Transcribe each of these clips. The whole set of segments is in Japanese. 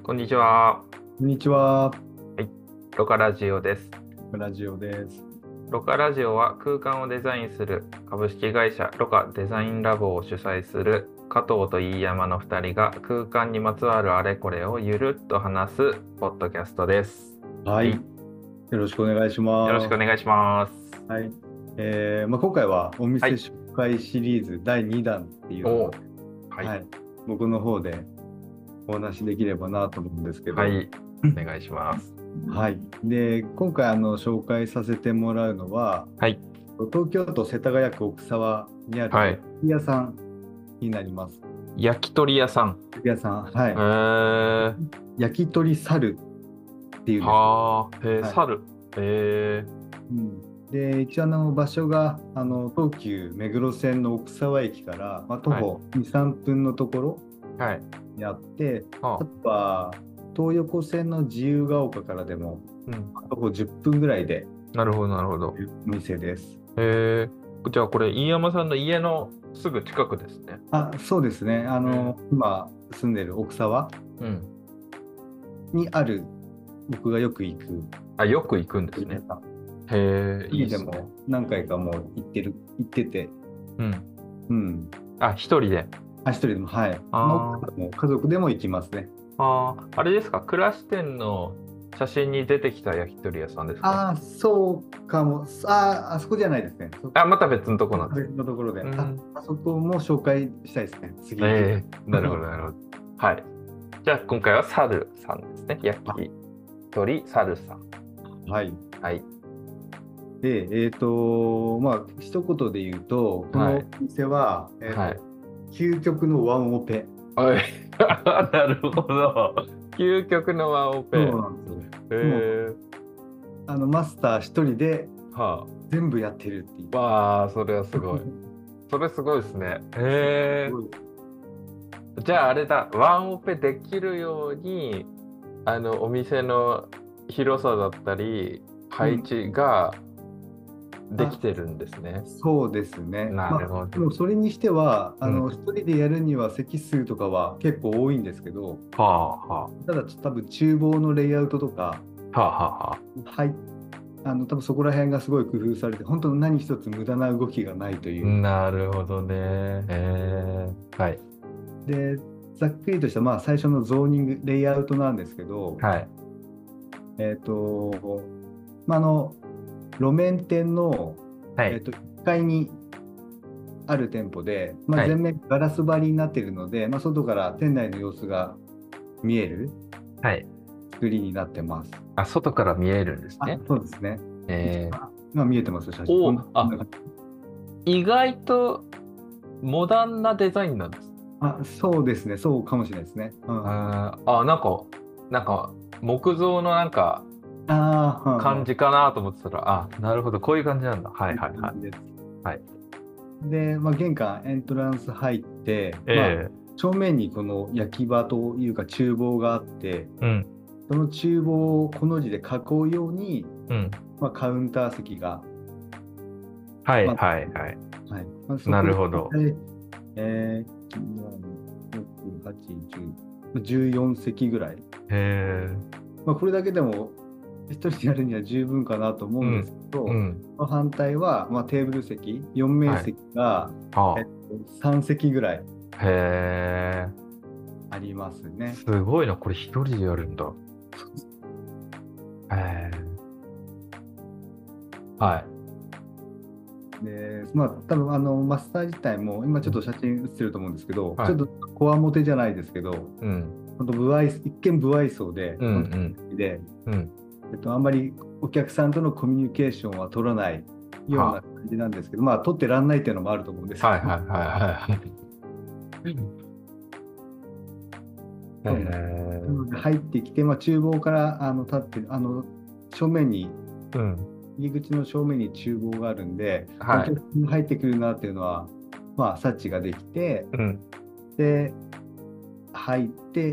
こんにちは。 こんにちは。 はい、ロカラジオです。 ラジオです。 ロカラジオは空間をデザインする株式会社ロカデザインラボを主催する加藤と飯山の2人が空間にまつわるあれこれをゆるっと話すポッドキャストです。 はい。 はい、 よろしくお願いしよろしくます。 お願いします。 はい。今回はおはい、 店紹介シリーズ第2弾っていうのお、 で、 はい、 はい。僕の方でお話しできればなと思うんですけど、 はい、お願いします。 はい。で、今回紹介させてもらうのは、 はい、 東京都世田谷区奥沢にあるはい、 焼き屋さんになります。 焼き鳥屋さん。 焼き屋さん、はえい。 ー、 焼き鳥猿っていうんですけど、 はあ、 はい。 猿。 うん、で、一応場所が東急目黒線の奥沢駅から、徒はい、 歩2、3分のところはい、 にあって、あはあ、 とは東横線の自由が丘からでもうん、 徒歩10分ぐらいでなるほど、なるほど。 お店です。 じゃあこれ、飯山さんの家のすぐ近くですね。 そうですね。 え今住んでる奥沢うん。 にある僕がよく行くあ、よく行くんですね。 鳥屋さん。 いい次でもっすね。 何回かもう行ってて、 うん。 うん。 あ、一人で。 一人でも、はい。奥あさんも家族でも行きますね。 あれですか、暮らし店の写真に出てきた焼き鳥屋さんですか？ そうかも。あそこじゃないですね。 あ、また別のとこなんです。 別のところで。 うん。 あそこも紹介したいですね。次行く。 なるほど、なるほど。はい。じゃあ今回はサルさんですね。焼あき鳥サルさん。 はい。 はい。 で、一言で言うと、このおはい。 店は、 はい。 究極のワンオペ。 はい。なるほど。究極のワンオそうペ。 なんですよ。もう、 えマスター一人では全部やってるっていう。 あ。わあ、それはすごい。それすごいですね。 すごい。 じゃああれだ、ワンオペできるように、お店の広さだったり、配うん。 置ができあ、 てるんですね。 そうですね。 なるほど。 でもそれにしては、 うん。 一人でやるには席数とかは結構多いんですけど、 はあはただ多分厨房のレイアウトとか、 あ。はあはあははい、多分そこら辺がすごい工夫されて、本当に何一つ無駄な動きがないとあ。 いう。 なるほどね。はい。 で、ざっくりとした、最初のゾーニング、レイアウトなんですけど、 はい。 えっと、まあ、路面店の、 はい。 1階にある店舗で、 はい。 全面ガラス張りになっているので、外から店内の様子が見えるはい。 作りになってます。 あ、外から見えるんですね。 そうですね。一えー、 番、見えてますよ、写真。 おあ、 こんな感じ。 意外とモダンなデザインなんです。 そうですね。そうかもしれないですね。うん。 なんか、木造のなんか感じかなと思ってたら、あ、なるほど、こういう感じなんだ。はいいいはいはい。 感じです。 はい。 で、玄関、エントランス入って、 ええ正面にこの焼き場というか厨房があって、 うん、 その厨房をこの字で囲うように、 うん。 カウンター席が、 はいまはいはい。 はい。そなこで、 るほど。 6、8、10、14席ぐらい。 ええこれだけでも一人でやるには十分かなと思うんですうん、 けど、 うん。 反対は、テーブル席、4面はい。 席が、 あ 3席ぐらいあ、へえ、 ありますね。 すごいな。これ一人でやるんだ。へえ、はい。 で、多分マスター自体も、今ちょっと写真写ってると思うんですけど、 はい。 ちょっとこわもてじゃないですけど、 うん、 本当一見不愛想で、 うん、 本当うん、 にで、 うん。 あんまりお客さんとのコミュニケーションは取らないようなは感じなんですけど、取ってらんないっていうのもあると思うんですあ、 けど、 はいはいはいはい。へそうなんです。なえ、 ので入ってきて、厨房から立ってる、正面に、 うん。 入り口の正面に厨房があるんで、おはい。 客さんが入ってくるなっていうのは、察知ができて、 うん。 で、入って、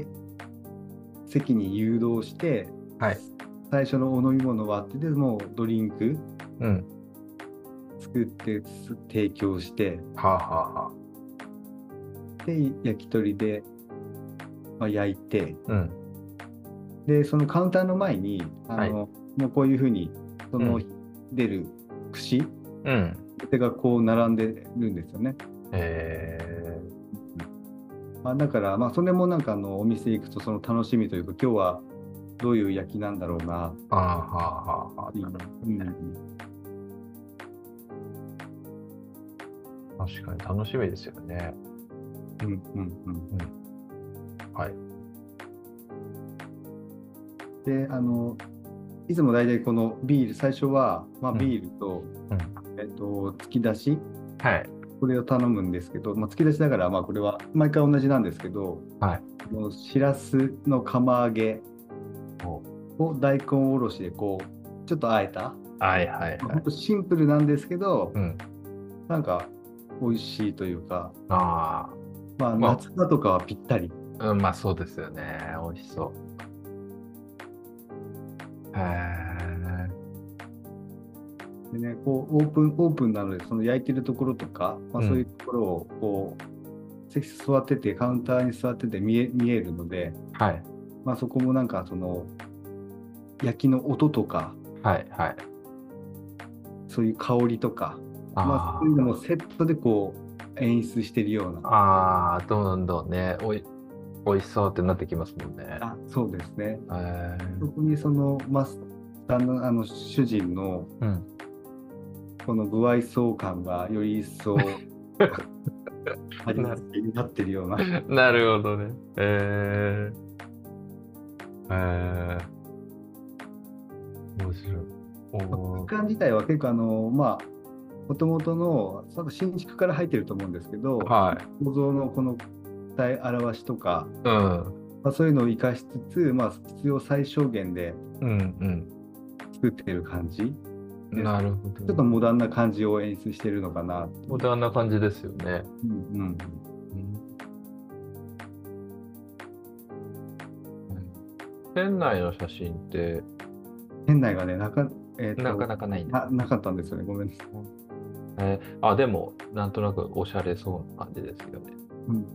席に誘導して、 はい。 最初のお飲み物を割ってで、もうドリンクうん。 作って提供して、 はあ、はあ、はで、焼き鳥で、焼いて、 あ。うん。 で、そのカウンターの前に、 はい。 もうこういうふうに、そのうん。 出る串うん。 がこう並んでるんですよね。 えだから、それもなんかお店行くとその楽しみというか、今日はどういう焼きなんだろうなああ、はあ、はあ、はあ。 っていう。 なるほうん。 どね。確かに楽しみですよね。 うん。うん。うん。 うん。はい。 で、いつも大体このビール、最初は、 うん。 ビールと、 うん。 突き出し、 はい。 これを頼むんですけど、突き出しだから、これは毎回同じなんですけど、 はい。 しらすの釜揚げお、 を大根おろしでこう、ちょっとあえた、 はい、はい、はい。 本当シンプルなんですけど、 うん。 なんか美味しいというか、 ああ。ま夏場とかはぴったり。 あ、うん、まあそうですよね。美味しそう。へえ。 でね、こうオープンなので、その焼いてるところとか、そういううん。 ところをこう、席座ってて、カウンターに座ってて見えるので、 はい。 そこもなんかその焼きの音とか、 はい、はい。 そういう香りとか、そういうのあもセットでこう演出してるような。 あ。ああ、どんどんね、美味しそうってなってきますもんね。 そうですね。 へえ。 そこにそのマスターの主人のうん。 この不愛想感がより一層味なる、 付けになってるような。 なるほどね。え面白い。おー、 空間自体は結構もともとの多分新築から入ってると思うんですけど、 はい。 構造のこの体表しとか、 うん。 そういうのを生かしつつ、必要最小限でうん、 作ってる感じうん。 です。 なるほどね。 ちょっとモダンな感じを演出してるのかなっていう。 モダンな感じですよね。 うんうん。 うん。店内の写真って、 店内がね、 なかなかないんですか？ なかったんですよね。ごめんなさい。 でも、なんとなくおしゃれそうな感じですよね。 うんうん。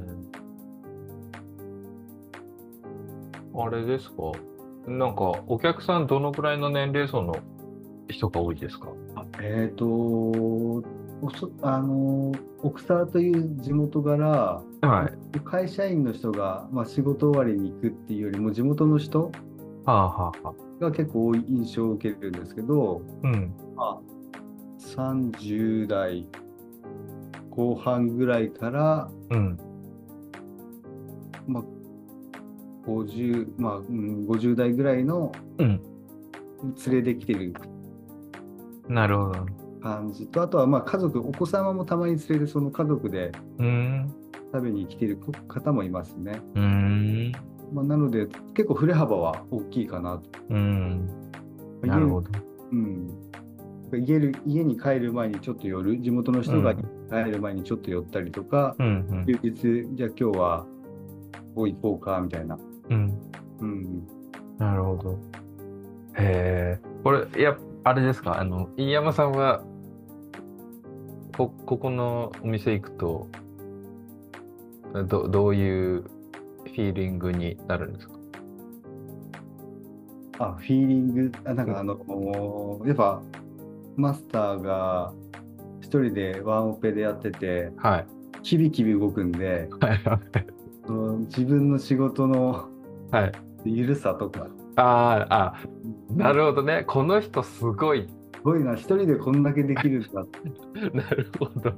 あれですか？なんか、お客さんどのくらいの年齢層の人が多いですか？ えっと、おそ、あの、奥沢という地元柄、 はい。 会社員の人が、仕事終わりに行くっていうよりも、地元の人はあ、はあ、はあ。 が結構多い印象を受けるんですけど、 うん。 まあ、30代後半ぐらいから、 うん。 まあ、50、50代ぐらいのうん。 連れてきてるなるほど。 感じと、あとは家族、お子様もたまに連れて、その家族でうーん。 食べに来てる方もいますね。 うーん。 なので、結構振れ幅は大きいかなと。 うーん。な家に、 るほど。 うん、家に帰る前にちょっと寄る、地元の人がうん。 帰る前にちょっと寄ったりとか、 うん。 休日、じゃあ今日はここ行こうかみたいな。 うん。うん。 うん、 なるほど。へえ。これ、いや、あれですか？飯山さんは、ここのお店行くと、どういうフィーリングになるんですか？ フィーリング、なんうん。 かやっぱマスターが一人でワンオペでやってて、 はい。 キビキビ動くんで、 はい。 その自分の仕事のはい。 ゆるさとか、 なるほどね。この人すごい。 すごいな、一人でこんだけできるんだ。 なるほど。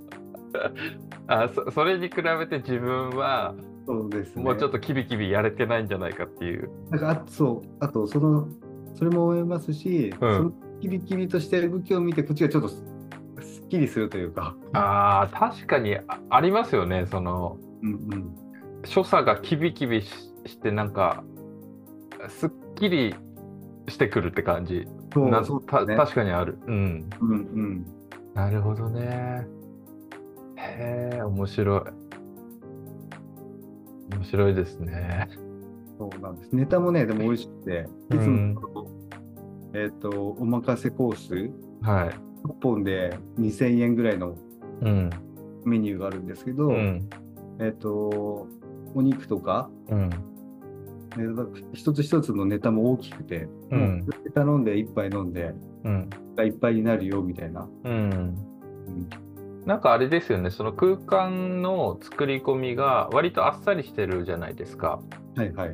それに比べて自分はそうですね。 もうちょっとキビキビやれてないんじゃないかっていう。 なんかあと、それも思いますし、そのうん。 キビキビとしてる動きを見て、こっちがちょっとすっきりするというか、 確かにありますよね。その、 うんうん。 所作がキビキビしてなんか、すっきりしてくるって感じ。 そうですね。 確かにある。うん。 うんうん。 なるほどね。へえ、面白い。面白いですね。 そうなんです。ネタもね、でも美味しくて、いつも、 うん。 おまかせコース、 はい。 1本で2000円ぐらいのうん。 メニューがあるんですけど、 うん。 お肉とか、 うん。 一つ一つのネタも大きくて、もう頼んで一杯飲んで、いっぱいになるよみたいな。 なんかあれですよね、その空間の作り込みが割とあっさりしてるじゃないですか。 はいはい。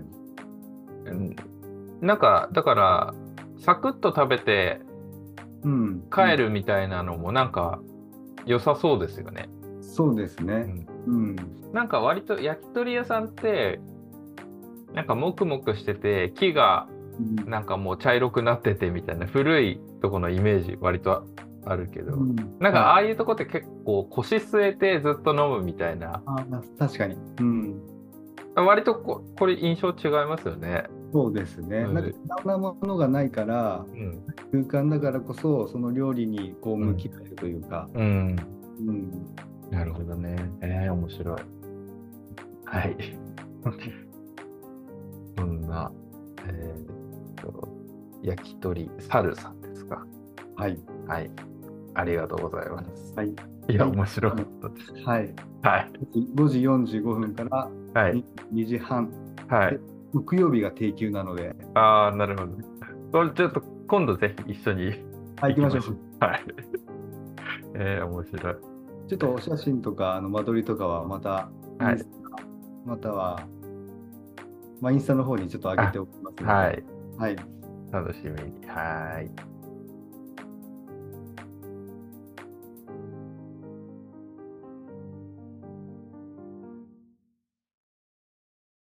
なんかだからサクッと食べて帰るみたいなのもなんか良さそうですよね。 そうですね。 なんか割と焼き鳥屋さんってなんかもくもくしてて木がなんかもう茶色くなっててみたいな古いとこのイメージ割とあるけど、なんかああいうとこって結構腰据えてずっと飲むみたいな。 確かに。 割とこれ印象違いますよね。 そうですね。なんかいろんなものがないから、空間だからこそその料理にこう向き合えるというか。 なるほどね。面白い。はい。そんな、焼き鳥サルさんですか。 はい。 はい。ありがとうございます。 はい。 いや、面白かったです。 はい。 はい。 5時45分から2時半。 はい。 木曜日が定休なので。 ああ、なるほど。これちょっと今度ぜひ一緒に行きましょう。 はい。面白い。 ちょっとお写真とか間取りとかはまた、または、インスタの方にちょっと上げておきますので。 はい。 はい。 楽しみに。はい。